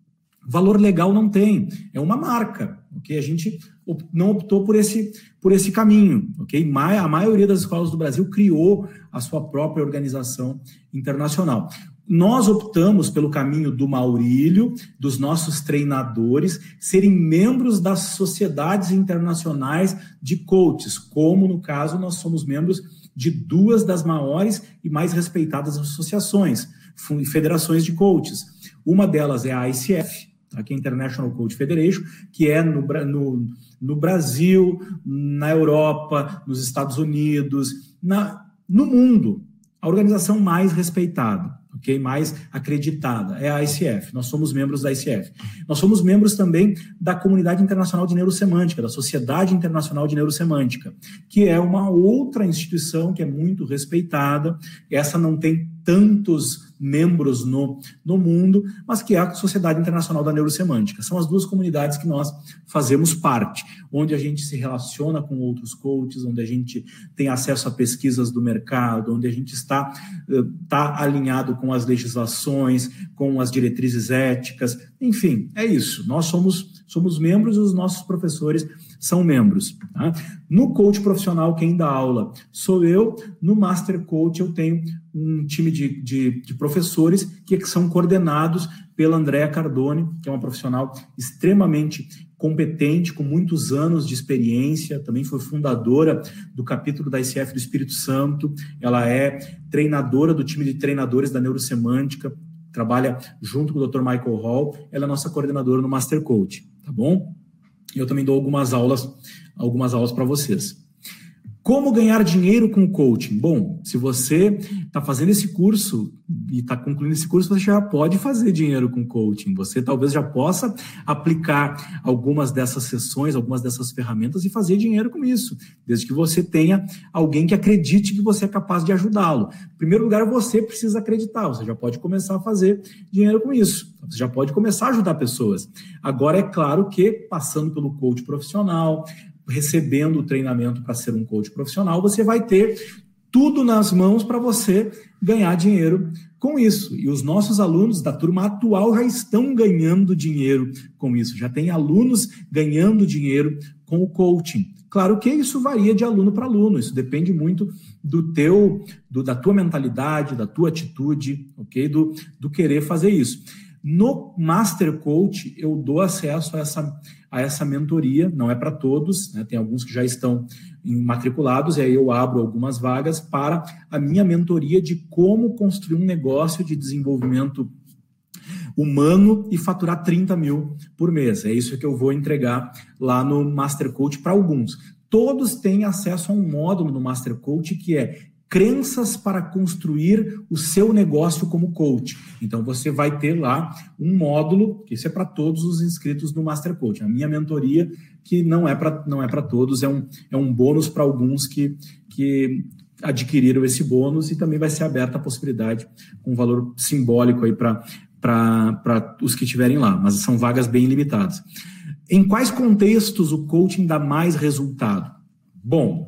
Valor legal não tem, é uma marca, ok? A gente não optou por esse, por esse caminho, ok? A maioria das escolas do Brasil criou a sua própria organização internacional. Nós optamos pelo caminho do Maurílio, dos nossos treinadores, serem membros das sociedades internacionais de coaches, como, no caso, nós somos membros de duas das maiores e mais respeitadas associações, federações de coaches. Uma delas é a I C F, aqui é a International Coach Federation, que é no, no, no Brasil, na Europa, nos Estados Unidos, na, no mundo, a organização mais respeitada, okay? Mais acreditada, é a I C F. Nós somos membros da I C F. Nós somos membros também da Comunidade Internacional de Neurosemântica, da Sociedade Internacional de Neurosemântica, que é uma outra instituição que é muito respeitada. Essa não tem tantos membros no, no mundo, mas que é a Sociedade Internacional da Neurosemântica. São as duas comunidades que nós fazemos parte, onde a gente se relaciona com outros coaches, onde a gente tem acesso a pesquisas do mercado, onde a gente está, está alinhado com as legislações, com as diretrizes éticas, enfim, é isso. Nós somos, somos membros e os nossos professores são membros. Tá? No coach profissional, quem dá aula sou eu. No Master Coach, eu tenho um time de, de, de professores que são coordenados pela Andréa Cardone, que é uma profissional extremamente competente, com muitos anos de experiência, também foi fundadora do capítulo da I C F do Espírito Santo, ela é treinadora do time de treinadores da Neurosemântica, trabalha junto com o doutor Michael Hall, ela é nossa coordenadora no Master Coach, tá bom? Eu também dou algumas aulas, algumas aulas para vocês. Como ganhar dinheiro com coaching? Bom, se você está fazendo esse curso e está concluindo esse curso, você já pode fazer dinheiro com coaching. Você talvez já possa aplicar algumas dessas sessões, algumas dessas ferramentas e fazer dinheiro com isso, desde que você tenha alguém que acredite que você é capaz de ajudá-lo. Em primeiro lugar, você precisa acreditar, você já pode começar a fazer dinheiro com isso. Você já pode começar a ajudar pessoas. Agora, é claro que, passando pelo coach profissional, recebendo o treinamento para ser um coach profissional, você vai ter tudo nas mãos para você ganhar dinheiro com isso. E os nossos alunos da turma atual já estão ganhando dinheiro com isso. Já tem alunos ganhando dinheiro com o coaching. Claro que isso varia de aluno para aluno. Isso depende muito do teu, do, da tua mentalidade, da tua atitude, ok? Do, do querer fazer isso. No Master Coach, eu dou acesso a essa, a essa mentoria, não é para todos, né? Tem alguns que já estão matriculados, e aí eu abro algumas vagas para a minha mentoria de como construir um negócio de desenvolvimento humano e faturar trinta mil por mês. É isso que eu vou entregar lá no Master Coach para alguns. Todos têm acesso a um módulo no Master Coach que é crenças para construir o seu negócio como coach. Então, você vai ter lá um módulo, que isso é para todos os inscritos no Master Coach. A minha mentoria, que não é para não é para todos, é um, é um bônus para alguns que, que adquiriram esse bônus, e também vai ser aberta a possibilidade, com um valor simbólico aí para para os que estiverem lá, mas são vagas bem limitadas. Em quais contextos o coaching dá mais resultado? Bom,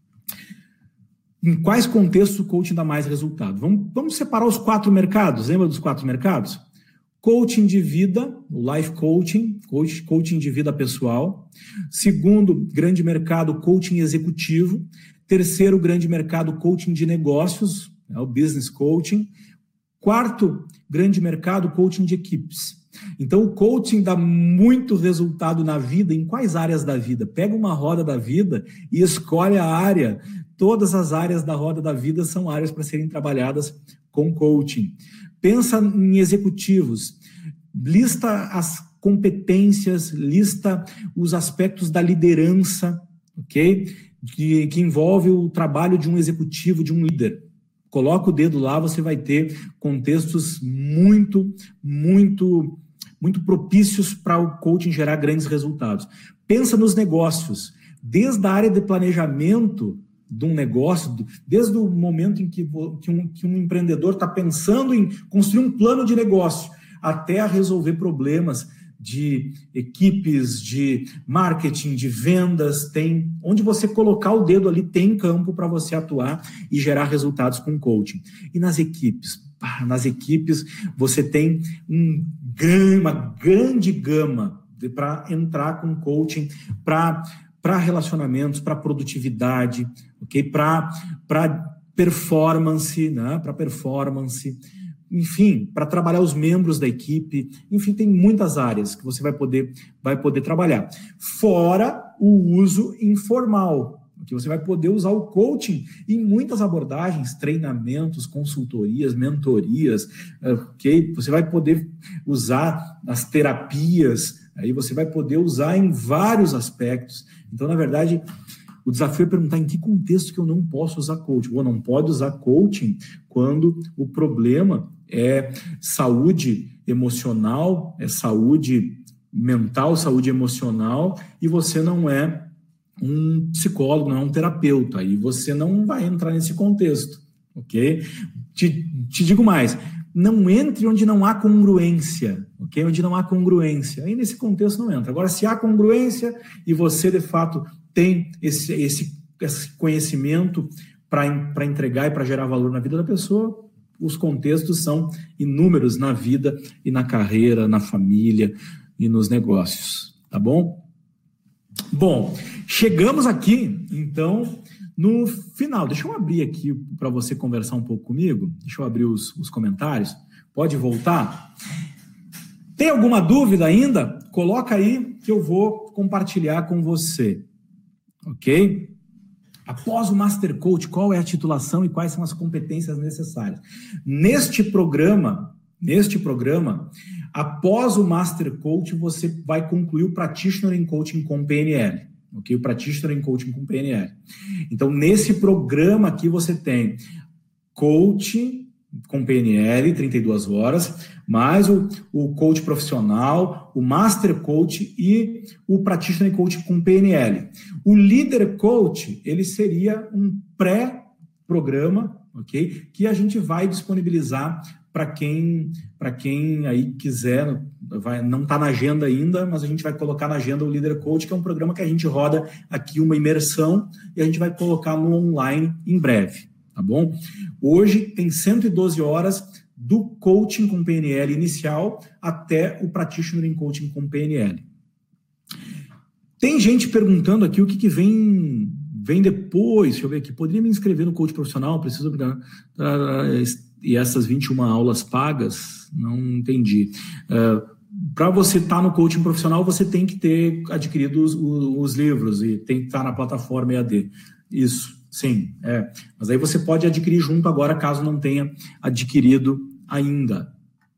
em quais contextos o coaching dá mais resultado? Vamos, vamos separar os quatro mercados. Lembra dos quatro mercados? Coaching de vida, o life coaching, coach, coaching de vida pessoal. Segundo grande mercado, coaching executivo. Terceiro grande mercado, coaching de negócios, é o business coaching. Quarto grande mercado, coaching de equipes. Então, o coaching dá muito resultado na vida. Em quais áreas da vida? Pega uma roda da vida e escolhe a área. Todas as áreas da roda da vida são áreas para serem trabalhadas com coaching. Pensa em executivos. Lista as competências, lista os aspectos da liderança, ok? Que, que envolve o trabalho de um executivo, de um líder. Coloca o dedo lá, você vai ter contextos muito, muito, muito propícios para o coaching gerar grandes resultados. Pensa nos negócios. Desde a área de planejamento de um negócio, desde o momento em que, que, um, que um empreendedor está pensando em construir um plano de negócio, até a resolver problemas de equipes, de marketing, de vendas, tem onde você colocar o dedo ali, tem campo para você atuar e gerar resultados com coaching. E nas equipes? nas equipes, você tem um, uma grande gama para entrar com coaching para para relacionamentos, para produtividade, ok? Para para performance, né? Para performance, enfim, para trabalhar os membros da equipe, enfim, tem muitas áreas que você vai poder vai poder trabalhar. Fora o uso informal, que você vai poder usar o coaching em muitas abordagens, treinamentos, consultorias, mentorias, ok? Você vai poder usar as terapias, aí você vai poder usar em vários aspectos. Então, na verdade, o desafio é perguntar em que contexto que eu não posso usar coaching. Ou não pode usar coaching quando o problema é saúde emocional, é saúde mental, saúde emocional, e você não é um psicólogo, não é um terapeuta. Aí você não vai entrar nesse contexto, ok? Te, te digo mais, não entre onde não há congruência, ok? Onde não há congruência. Aí nesse contexto não entra. Agora, se há congruência e você, de fato, tem esse, esse, esse conhecimento para entregar e para gerar valor na vida da pessoa, os contextos são inúmeros na vida e na carreira, na família e nos negócios, tá bom? Bom, chegamos aqui, então, no final. Deixa eu abrir aqui para você conversar um pouco comigo. Deixa eu abrir os, os comentários. Pode voltar? Tem alguma dúvida ainda? Coloca aí que eu vou compartilhar com você. Ok? Após o Master Coach, qual é a titulação e quais são as competências necessárias? Neste programa, neste programa, após o Master Coach, você vai concluir o Practitioner in Coaching com P N L. Ok? O Practitioner in Coaching com P N L. Então, nesse programa aqui, você tem Coach com P N L, trinta e duas horas, mais o, o Coach profissional, o Master Coach e o Practitioner in Coaching com P N L. O Leader Coach, ele seria um pré-programa, ok? Que a gente vai disponibilizar para quem, para quem aí quiser, vai, não está na agenda ainda, mas a gente vai colocar na agenda o Leader Coach, que é um programa que a gente roda aqui uma imersão e a gente vai colocar no online em breve, tá bom? Hoje tem cento e doze horas do coaching com P N L inicial até o Practitioner in Coaching com P N L. Tem gente perguntando aqui o que, que vem, vem depois. Deixa eu ver aqui. Poderia me inscrever no coach profissional? Preciso... E essas vinte e uma aulas pagas? Não entendi. Uh, Para você estar tá no coaching profissional, você tem que ter adquirido os, os livros e tem que estar tá na plataforma E A D. Isso, sim. É. Mas aí você pode adquirir junto agora, caso não tenha adquirido ainda.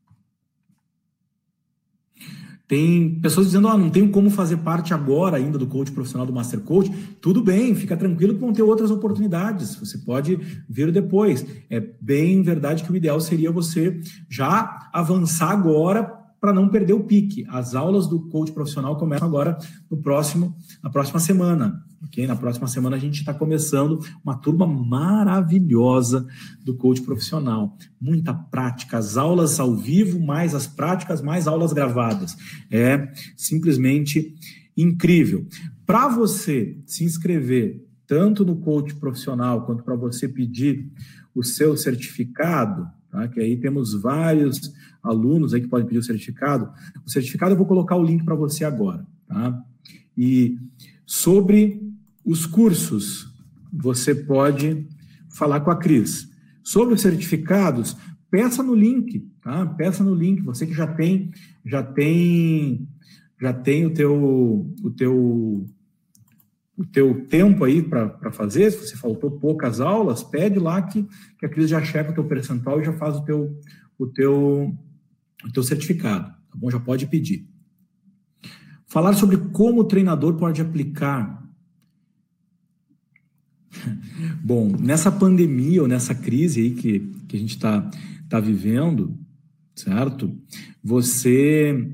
Tem pessoas dizendo, ah, não tenho como fazer parte agora ainda do coach profissional do Master Coach. Tudo bem, fica tranquilo que vão ter outras oportunidades. Você pode vir depois. É bem verdade que o ideal seria você já avançar agora para não perder o pique. As aulas do coach profissional começam agora no próximo, na próxima semana. Okay? Na próxima semana a gente está começando uma turma maravilhosa do coach profissional. Muita prática, as aulas ao vivo, mais as práticas, mais aulas gravadas. É simplesmente incrível. Para você se inscrever tanto no coach profissional quanto para você pedir o seu certificado, tá? Que aí temos vários alunos aí que podem pedir o certificado. O certificado eu vou colocar o link para você agora, tá? E sobre os cursos, você pode falar com a Cris. Sobre os certificados, peça no link, tá? Peça no link. Você que já tem, já tem, já tem o teu, o teu, o teu tempo aí para fazer. Se você faltou poucas aulas, pede lá que, que a Cris já checa o teu percentual e já faz o teu, o teu, o teu certificado, tá bom? Já pode pedir. Falar sobre como o treinador pode aplicar. Bom, nessa pandemia ou nessa crise aí que, que a gente está tá vivendo, certo? Você,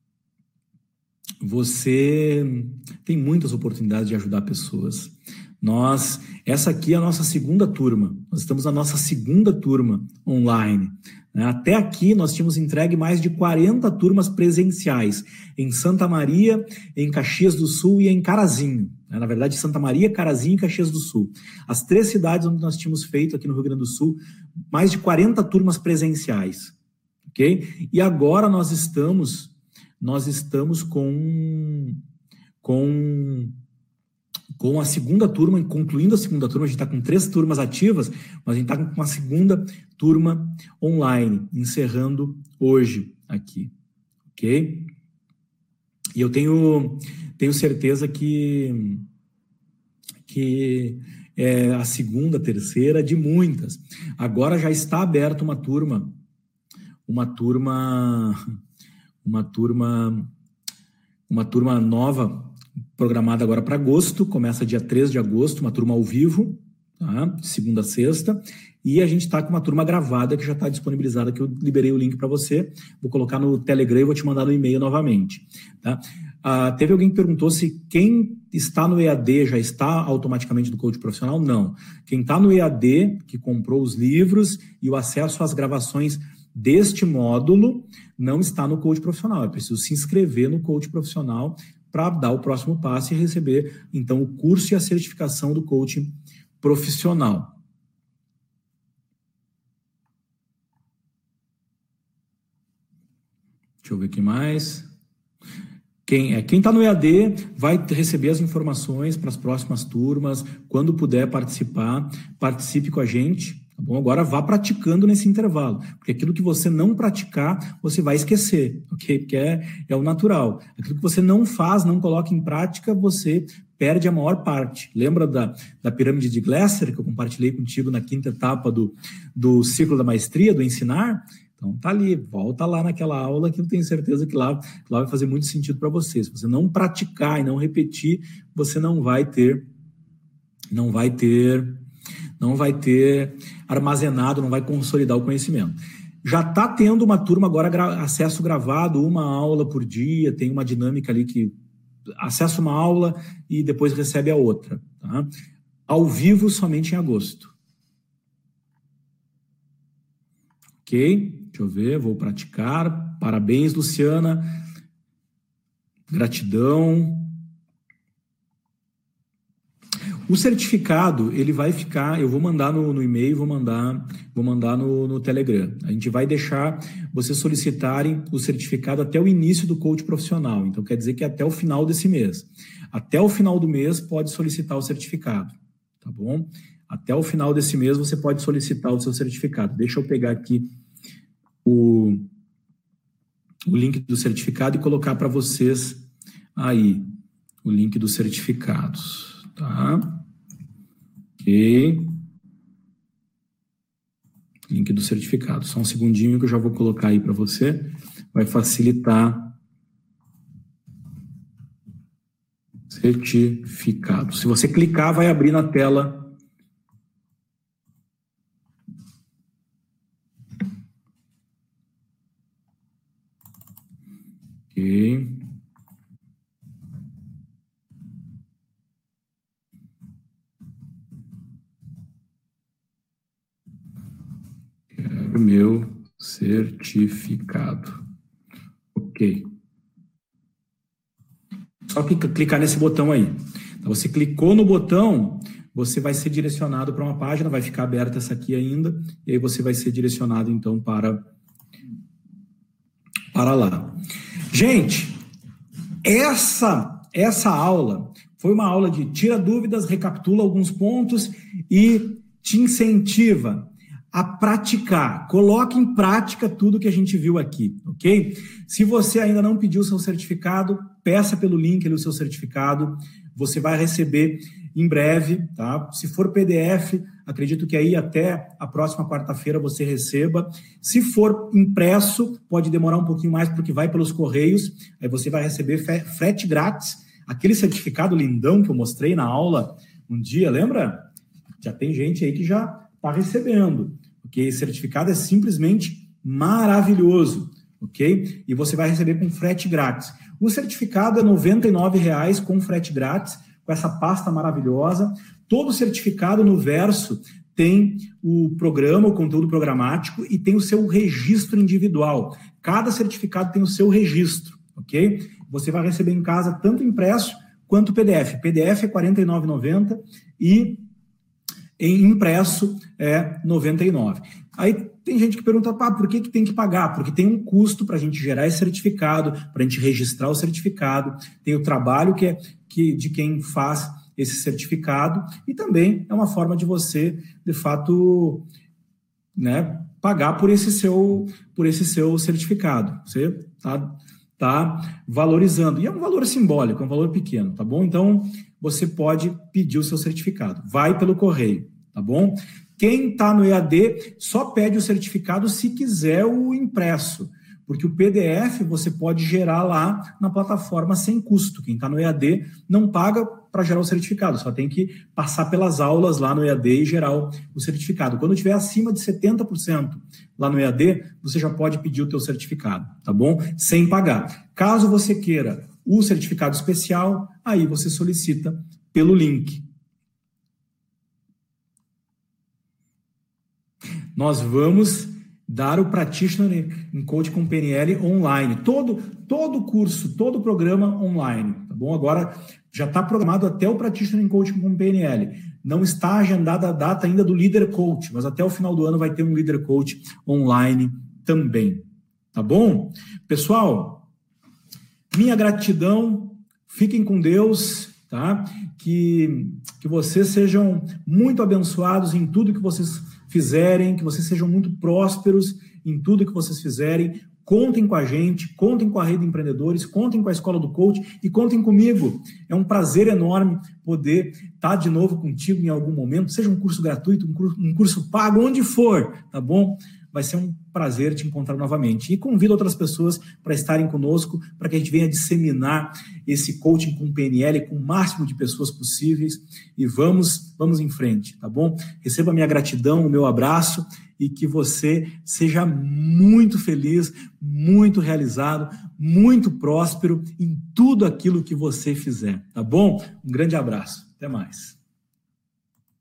você tem muitas oportunidades de ajudar pessoas. Nós, essa aqui é a nossa segunda turma. Nós estamos na nossa segunda turma online. Até aqui nós tínhamos entregue mais de quarenta turmas presenciais em Santa Maria, em Caxias do Sul e em Carazinho. né? Na verdade, Santa Maria, Carazinho e Caxias do Sul. As três cidades onde nós tínhamos feito aqui no Rio Grande do Sul mais de quarenta turmas presenciais, ok? E agora nós estamos, nós estamos com, com, com a segunda turma, concluindo a segunda turma, a gente está com três turmas ativas, mas a gente está com uma segunda turma online, encerrando hoje aqui, ok? E eu tenho, tenho certeza que, que é a segunda, terceira de muitas. Agora já está aberta uma turma, uma turma, uma turma, uma turma nova, programada agora para agosto, começa dia três de agosto, uma turma ao vivo, tá? De segunda a sexta, e a gente está com uma turma gravada que já está disponibilizada, que eu liberei o link para você, vou colocar no Telegram e vou te mandar no e-mail novamente. Tá? Ah, teve alguém que perguntou se quem está no E A D já está automaticamente no coach profissional? Não. Quem está no E A D, que comprou os livros e o acesso às gravações deste módulo, não está no coach profissional. É preciso se inscrever no coach profissional para dar o próximo passo e receber, então, o curso e a certificação do coaching profissional. Deixa eu ver aqui mais. Quem é, quem está no E A D vai receber as informações para as próximas turmas. Quando puder participar, participe com a gente. Tá bom? Agora vá praticando nesse intervalo, porque aquilo que você não praticar, você vai esquecer, ok? Porque é, é o natural. Aquilo que você não faz, não coloca em prática, você perde a maior parte. Lembra da, da pirâmide de Glasser, que eu compartilhei contigo na quinta etapa do, do ciclo da maestria, do ensinar? Então tá ali, volta lá naquela aula que eu tenho certeza que lá, lá vai fazer muito sentido para você. Se você não praticar e não repetir, você não vai ter, não vai ter, não vai ter armazenado, não vai consolidar o conhecimento. Já está tendo uma turma agora, gra- acesso gravado, uma aula por dia, tem uma dinâmica ali que acessa uma aula e depois recebe a outra. Tá? Ao vivo somente em agosto. Ok? Deixa eu ver, vou praticar. Parabéns, Luciana. Gratidão. O certificado, ele vai ficar, eu vou mandar no, no e-mail, vou mandar, vou mandar no, no Telegram. A gente vai deixar vocês solicitarem o certificado até o início do coach profissional. Então, quer dizer que até o final desse mês. Até o final do mês, pode solicitar o certificado, tá bom? Até o final desse mês, você pode solicitar o seu certificado. Deixa eu pegar aqui o, o link do certificado e colocar para vocês aí o link dos certificados, tá? Ok. Link do certificado. Só um segundinho que eu já vou colocar aí para você. Vai facilitar. Certificado. Se você clicar, vai abrir na tela. Ok. Quero meu certificado. Ok. Só clicar nesse botão aí. Então, você clicou no botão, você vai ser direcionado para uma página, vai ficar aberta essa aqui ainda, e aí você vai ser direcionado, então, para, para lá. Gente, essa, essa aula foi uma aula de tira dúvidas, recapitula alguns pontos e te incentiva a praticar. Coloque em prática tudo que a gente viu aqui, ok? Se você ainda não pediu o seu certificado, peça pelo link ali o seu certificado. Você vai receber em breve, tá? Se for P D F, acredito que aí até a próxima quarta-feira você receba. Se for impresso, pode demorar um pouquinho mais porque vai pelos correios. Aí você vai receber frete grátis. Aquele certificado lindão que eu mostrei na aula um dia, lembra? Já tem gente aí que já está recebendo, ok? Esse certificado é simplesmente maravilhoso, ok? E você vai receber com frete grátis. O certificado é noventa e nove reais com frete grátis, com essa pasta maravilhosa. Todo certificado no verso tem o programa, o conteúdo programático e tem o seu registro individual. Cada certificado tem o seu registro, ok? Você vai receber em casa tanto impresso quanto o P D F. P D F é quarenta e nove reais e noventa centavos e em impresso é noventa e nove reais. Aí tem gente que pergunta, ah, por que, que tem que pagar? Porque tem um custo para a gente gerar esse certificado, para a gente registrar o certificado, tem o trabalho que é que, de quem faz esse certificado e também é uma forma de você, de fato, né, pagar por esse seu, por esse seu certificado. Você está tá valorizando. E é um valor simbólico, é um valor pequeno, tá bom? Então, você pode pedir o seu certificado. Vai pelo correio, tá bom? Quem está no E A D só pede o certificado se quiser o impresso, porque o P D F você pode gerar lá na plataforma sem custo. Quem está no E A D não paga para gerar o certificado, só tem que passar pelas aulas lá no E A D e gerar o, o certificado. Quando tiver acima de setenta por cento lá no E A D, você já pode pedir o teu certificado, tá bom? Sem pagar. Caso você queira o certificado especial, aí você solicita pelo link. Nós vamos dar o Practitioner em Coaching com P N L online. Todo todo curso, todo programa online, tá bom? Agora já está programado até o Practitioner em Coaching com P N L. Não está agendada a data ainda do Líder Coach, mas até o final do ano vai ter um Líder Coach online também, tá bom? Pessoal, minha gratidão, fiquem com Deus, tá? Que, que vocês sejam muito abençoados em tudo que vocês fizerem, que vocês sejam muito prósperos em tudo que vocês fizerem. Contem com a gente, contem com a Rede Empreendedores, contem com a Escola do Coach e contem comigo. É um prazer enorme poder estar de novo contigo em algum momento, seja um curso gratuito, um curso, um curso pago, onde for, tá bom? Vai ser um prazer te encontrar novamente. E convido outras pessoas para estarem conosco, para que a gente venha disseminar esse coaching com P N L com o máximo de pessoas possíveis e vamos, vamos em frente, tá bom? Receba a minha gratidão, o meu abraço e que você seja muito feliz, muito realizado, muito próspero em tudo aquilo que você fizer, tá bom? Um grande abraço. Até mais.